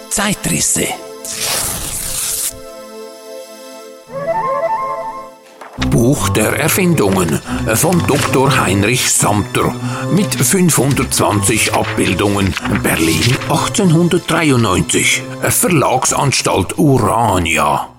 Zeitrisse. Buch der Erfindungen von Dr. Heinrich Samter mit 520 Abbildungen, Berlin 1893, Verlagsanstalt Urania.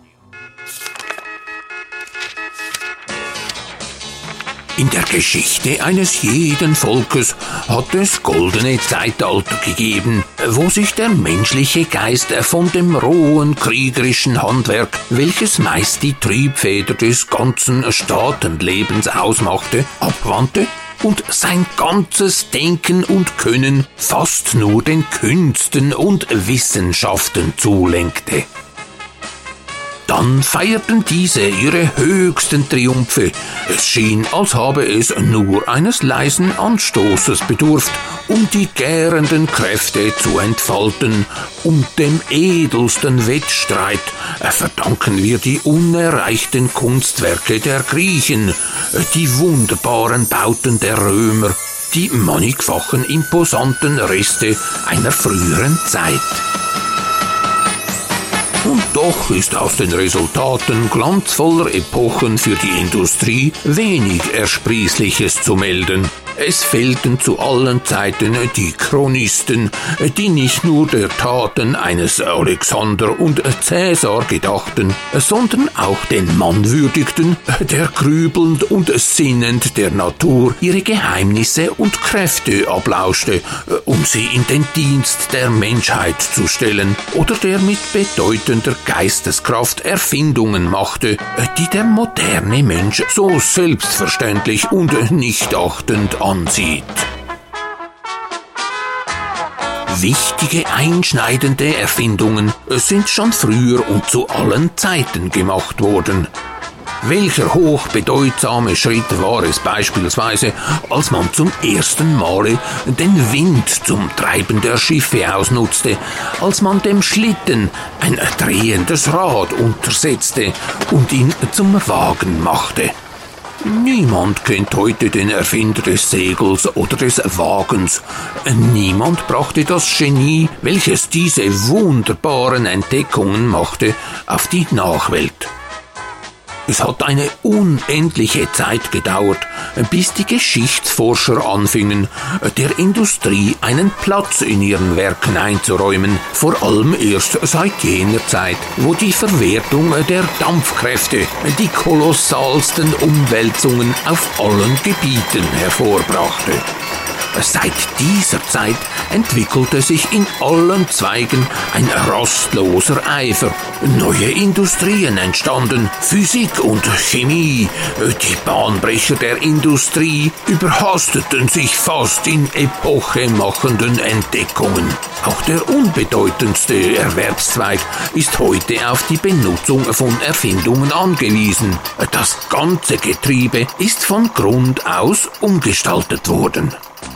In der Geschichte eines jeden Volkes hat es goldene Zeitalter gegeben, wo sich der menschliche Geist von dem rohen, kriegerischen Handwerk, welches meist die Triebfeder des ganzen Staatenlebens ausmachte, abwandte und sein ganzes Denken und Können fast nur den Künsten und Wissenschaften zulenkte. Dann feierten diese ihre höchsten Triumphe. Es schien, als habe es nur eines leisen Anstoßes bedurft, um die gärenden Kräfte zu entfalten. Und dem edelsten Wettstreit verdanken wir die unerreichten Kunstwerke der Griechen, die wunderbaren Bauten der Römer, die mannigfachen imposanten Reste einer früheren Zeit. Und doch ist aus den Resultaten glanzvoller Epochen für die Industrie wenig Ersprießliches zu melden. Es fehlten zu allen Zeiten die Chronisten, die nicht nur der Taten eines Alexander und Cäsar gedachten, sondern auch den Mann würdigten, der grübelnd und sinnend der Natur ihre Geheimnisse und Kräfte ablauschte, um sie in den Dienst der Menschheit zu stellen, oder der mit bedeutender Geisteskraft Erfindungen machte, die der moderne Mensch so selbstverständlich und nichtachtend ansieht. Wichtige, einschneidende Erfindungen sind schon früher und zu allen Zeiten gemacht worden. Welcher hochbedeutsame Schritt war es beispielsweise, als man zum ersten Male den Wind zum Treiben der Schiffe ausnutzte, als man dem Schlitten ein drehendes Rad untersetzte und ihn zum Wagen machte. Niemand kennt heute den Erfinder des Segels oder des Wagens. Niemand brachte das Genie, welches diese wunderbaren Entdeckungen machte, auf die Nachwelt. Es hat eine unendliche Zeit gedauert, bis die Geschichtsforscher anfingen, der Industrie einen Platz in ihren Werken einzuräumen, vor allem erst seit jener Zeit, wo die Verwertung der Dampfkräfte die kolossalsten Umwälzungen auf allen Gebieten hervorbrachte. Seit dieser Zeit entwickelte sich in allen Zweigen ein rastloser Eifer. Neue Industrien entstanden, Physik und Chemie. Die Bahnbrecher der Industrie überhasteten sich fast in epochemachenden Entdeckungen. Auch der unbedeutendste Erwerbszweig ist heute auf die Benutzung von Erfindungen angewiesen. Das ganze Getriebe ist von Grund aus umgestaltet worden.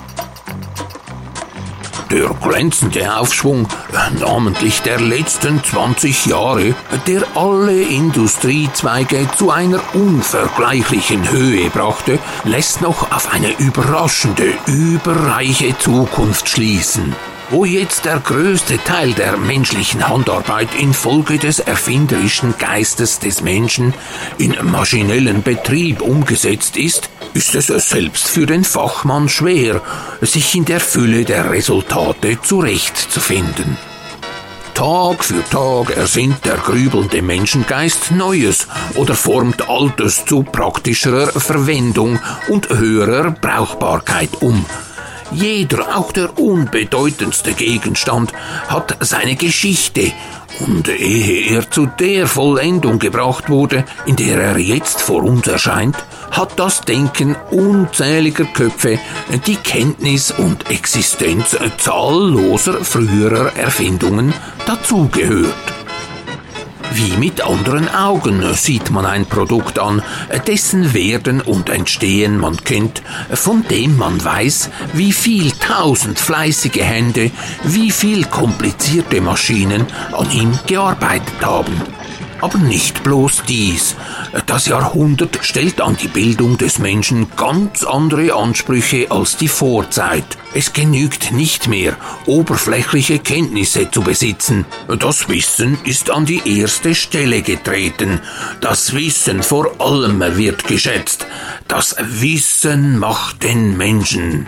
Der glänzende Aufschwung, namentlich der letzten 20 Jahre, der alle Industriezweige zu einer unvergleichlichen Höhe brachte, lässt noch auf eine überraschende, überreiche Zukunft schließen. Wo jetzt der größte Teil der menschlichen Handarbeit infolge des erfinderischen Geistes des Menschen in maschinellen Betrieb umgesetzt ist, ist es selbst für den Fachmann schwer, sich in der Fülle der Resultate zurechtzufinden. Tag für Tag ersinnt der grübelnde Menschengeist Neues oder formt Altes zu praktischerer Verwendung und höherer Brauchbarkeit um. Jeder, auch der unbedeutendste Gegenstand, hat seine Geschichte, und ehe er zu der Vollendung gebracht wurde, in der er jetzt vor uns erscheint, hat das Denken unzähliger Köpfe die Kenntnis und Existenz zahlloser früherer Erfindungen dazugehört. Wie mit anderen Augen sieht man ein Produkt an, dessen Werden und Entstehen man kennt, von dem man weiß, wie viel tausend fleißige Hände, wie viel komplizierte Maschinen an ihm gearbeitet haben. Aber nicht bloß dies. Das Jahrhundert stellt an die Bildung des Menschen ganz andere Ansprüche als die Vorzeit. Es genügt nicht mehr, oberflächliche Kenntnisse zu besitzen. Das Wissen ist an die erste Stelle getreten. Das Wissen vor allem wird geschätzt. Das Wissen macht den Menschen.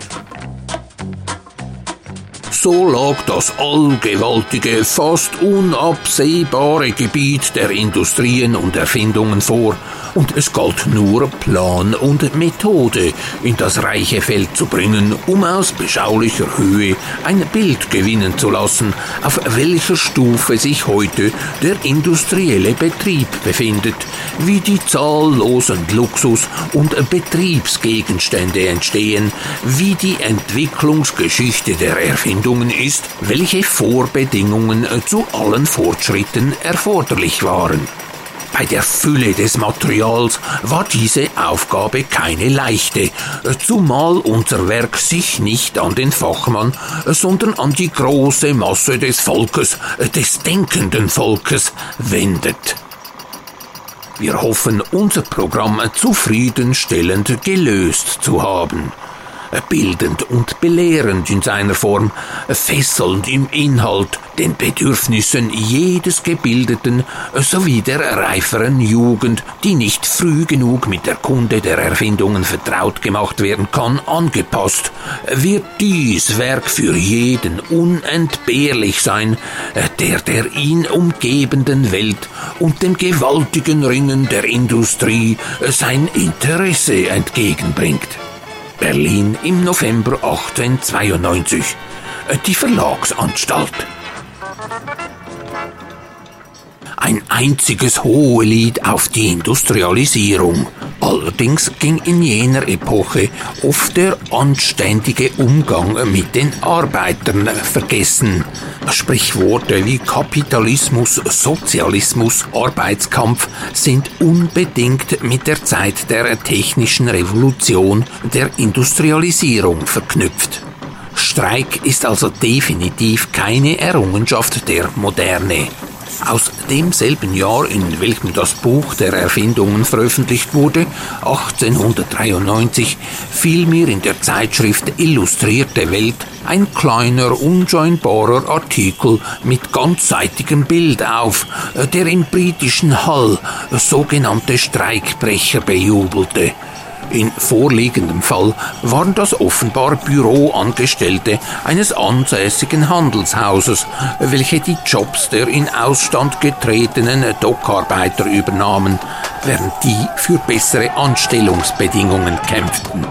So lag das allgewaltige, fast unabsehbare Gebiet der Industrien und Erfindungen vor, und es galt nur, Plan und Methode in das reiche Feld zu bringen, um aus beschaulicher Höhe ein Bild gewinnen zu lassen, auf welcher Stufe sich heute der industrielle Betrieb befindet, wie die zahllosen Luxus- und Betriebsgegenstände entstehen, wie die Entwicklungsgeschichte der Erfindungen ist, welche Vorbedingungen zu allen Fortschritten erforderlich waren. Bei der Fülle des Materials war diese Aufgabe keine leichte, zumal unser Werk sich nicht an den Fachmann, sondern an die große Masse des Volkes, des denkenden Volkes, wendet. Wir hoffen, unser Programm zufriedenstellend gelöst zu haben. Bildend und belehrend in seiner Form, fesselnd im Inhalt, den Bedürfnissen jedes Gebildeten sowie der reiferen Jugend, die nicht früh genug mit der Kunde der Erfindungen vertraut gemacht werden kann, angepasst, wird dies Werk für jeden unentbehrlich sein, der ihn umgebenden Welt und dem gewaltigen Ringen der Industrie sein Interesse entgegenbringt. Berlin im November 1892. Die Verlagsanstalt. Ein einziges Hohelied auf die Industrialisierung. Allerdings ging in jener Epoche oft der anständige Umgang mit den Arbeitern vergessen. Sprichworte wie Kapitalismus, Sozialismus, Arbeitskampf sind unbedingt mit der Zeit der technischen Revolution, der Industrialisierung verknüpft. Streik ist also definitiv keine Errungenschaft der Moderne. Aus demselben Jahr, in welchem das Buch der Erfindungen veröffentlicht wurde, 1893, fiel mir in der Zeitschrift Illustrierte Welt ein kleiner, unscheinbarer Artikel mit ganzseitigem Bild auf, der im britischen Hull sogenannte Streikbrecher bejubelte. In vorliegendem Fall waren das offenbar Büroangestellte eines ansässigen Handelshauses, welche die Jobs der in Ausstand getretenen Dockarbeiter übernahmen, während die für bessere Anstellungsbedingungen kämpften.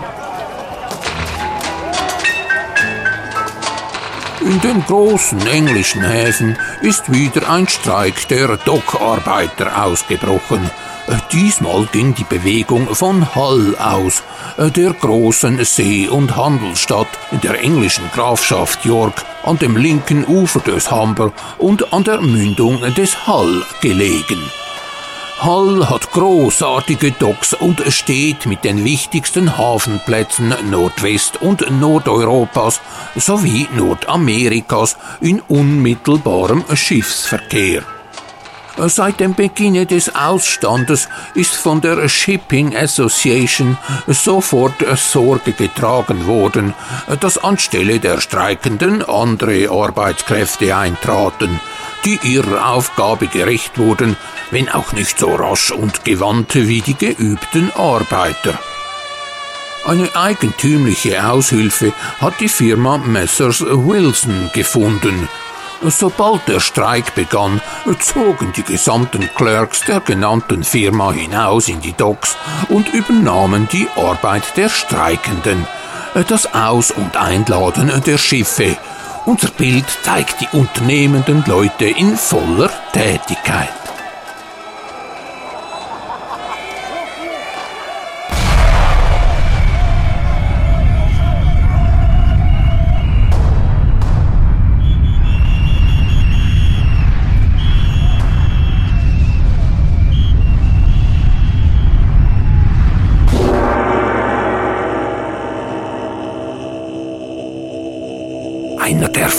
In den großen englischen Häfen ist wieder ein Streik der Dockarbeiter ausgebrochen. Diesmal ging die Bewegung von Hull aus, der großen See- und Handelsstadt in der englischen Grafschaft York, an dem linken Ufer des Humber und an der Mündung des Hull gelegen. Hull hat großartige Docks und steht mit den wichtigsten Hafenplätzen Nordwest- und Nordeuropas sowie Nordamerikas in unmittelbarem Schiffsverkehr. Seit dem Beginne des Ausstandes ist von der Shipping Association sofort Sorge getragen worden, dass anstelle der Streikenden andere Arbeitskräfte eintraten, die ihrer Aufgabe gerecht wurden, wenn auch nicht so rasch und gewandt wie die geübten Arbeiter. Eine eigentümliche Aushilfe hat die Firma Messrs. Wilson gefunden. Sobald der Streik begann, zogen die gesamten Clerks der genannten Firma hinaus in die Docks und übernahmen die Arbeit der Streikenden, das Aus- und Einladen der Schiffe. Unser Bild zeigt die unternehmenden Leute in voller Tätigkeit.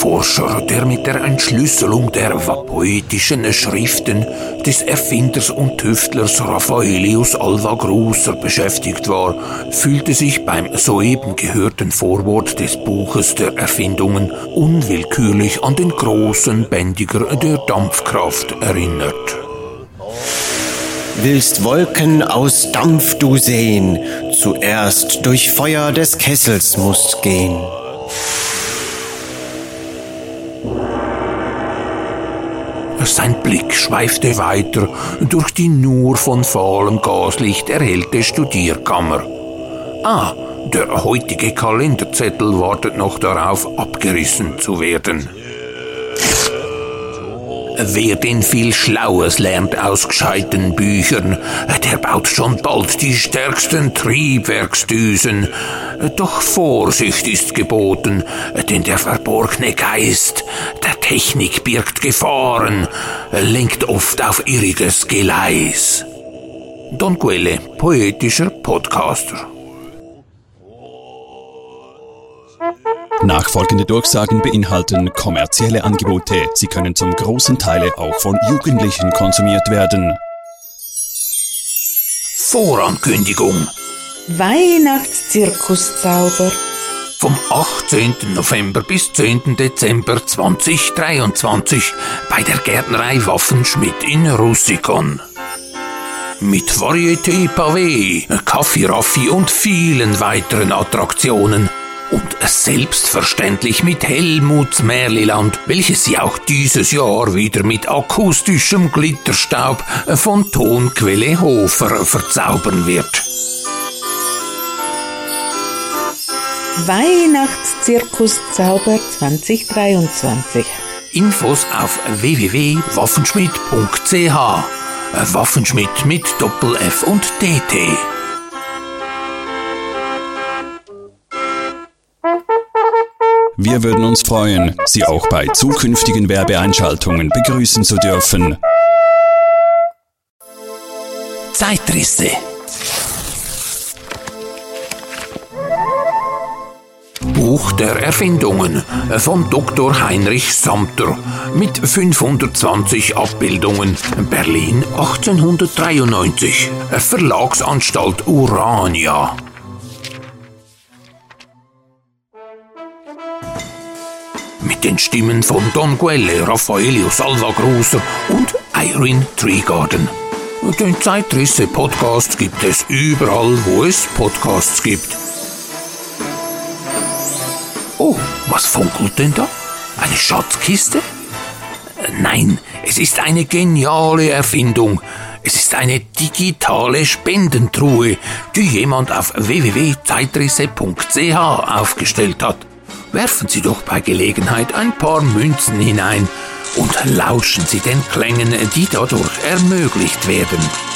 Forscher, der mit der Entschlüsselung der poetischen Schriften des Erfinders und Tüftlers Raffaelius Alva Großer beschäftigt war, fühlte sich beim soeben gehörten Vorwort des Buches der Erfindungen unwillkürlich an den großen Bändiger der Dampfkraft erinnert. Willst Wolken aus Dampf du sehen, zuerst durch Feuer des Kessels musst gehen. Sein Blick schweifte weiter durch die nur von fahlem Gaslicht erhellte Studierkammer. Der heutige Kalenderzettel wartet noch darauf, abgerissen zu werden. Wer denn viel Schlaues lernt aus gescheiten Büchern, der baut schon bald die stärksten Triebwerksdüsen. Doch Vorsicht ist geboten, denn der verborgene Geist der Technik birgt Gefahren, lenkt oft auf irriges Geleis. Don Quelle, poetischer Podcaster. Nachfolgende Durchsagen beinhalten kommerzielle Angebote. Sie können zum großen Teil auch von Jugendlichen konsumiert werden. Vorankündigung. Weihnachtszirkuszauber. Vom 18. November bis 10. Dezember 2023 bei der Gärtnerei Waffenschmidt in Russikon. Mit Varieté Pavé, Kaffee-Raffi und vielen weiteren Attraktionen. Und selbstverständlich mit Helmuts Märliland, welches sie auch dieses Jahr wieder mit akustischem Glitterstaub von Tonquelle Hofer verzaubern wird. Weihnachtszirkuszauber 2023. Infos auf www.waffenschmidt.ch. Waffenschmidt mit Doppel-F und DT. Wir würden uns freuen, Sie auch bei zukünftigen Werbeeinschaltungen begrüßen zu dürfen. Zeitrisse. Buch der Erfindungen von Dr. Heinrich Samter mit 520 Abbildungen, Berlin 1893, Verlagsanstalt Urania. Mit den Stimmen von Don Quelle, Raffaelius Alva Großer und Irene Treegarden. Den Zeitrisse-Podcast gibt es überall, wo es Podcasts gibt. Oh, was funkelt denn da? Eine Schatzkiste? Nein, es ist eine geniale Erfindung. Es ist eine digitale Spendentruhe, die jemand auf www.zeitrisse.ch aufgestellt hat. Werfen Sie doch bei Gelegenheit ein paar Münzen hinein und lauschen Sie den Klängen, die dadurch ermöglicht werden.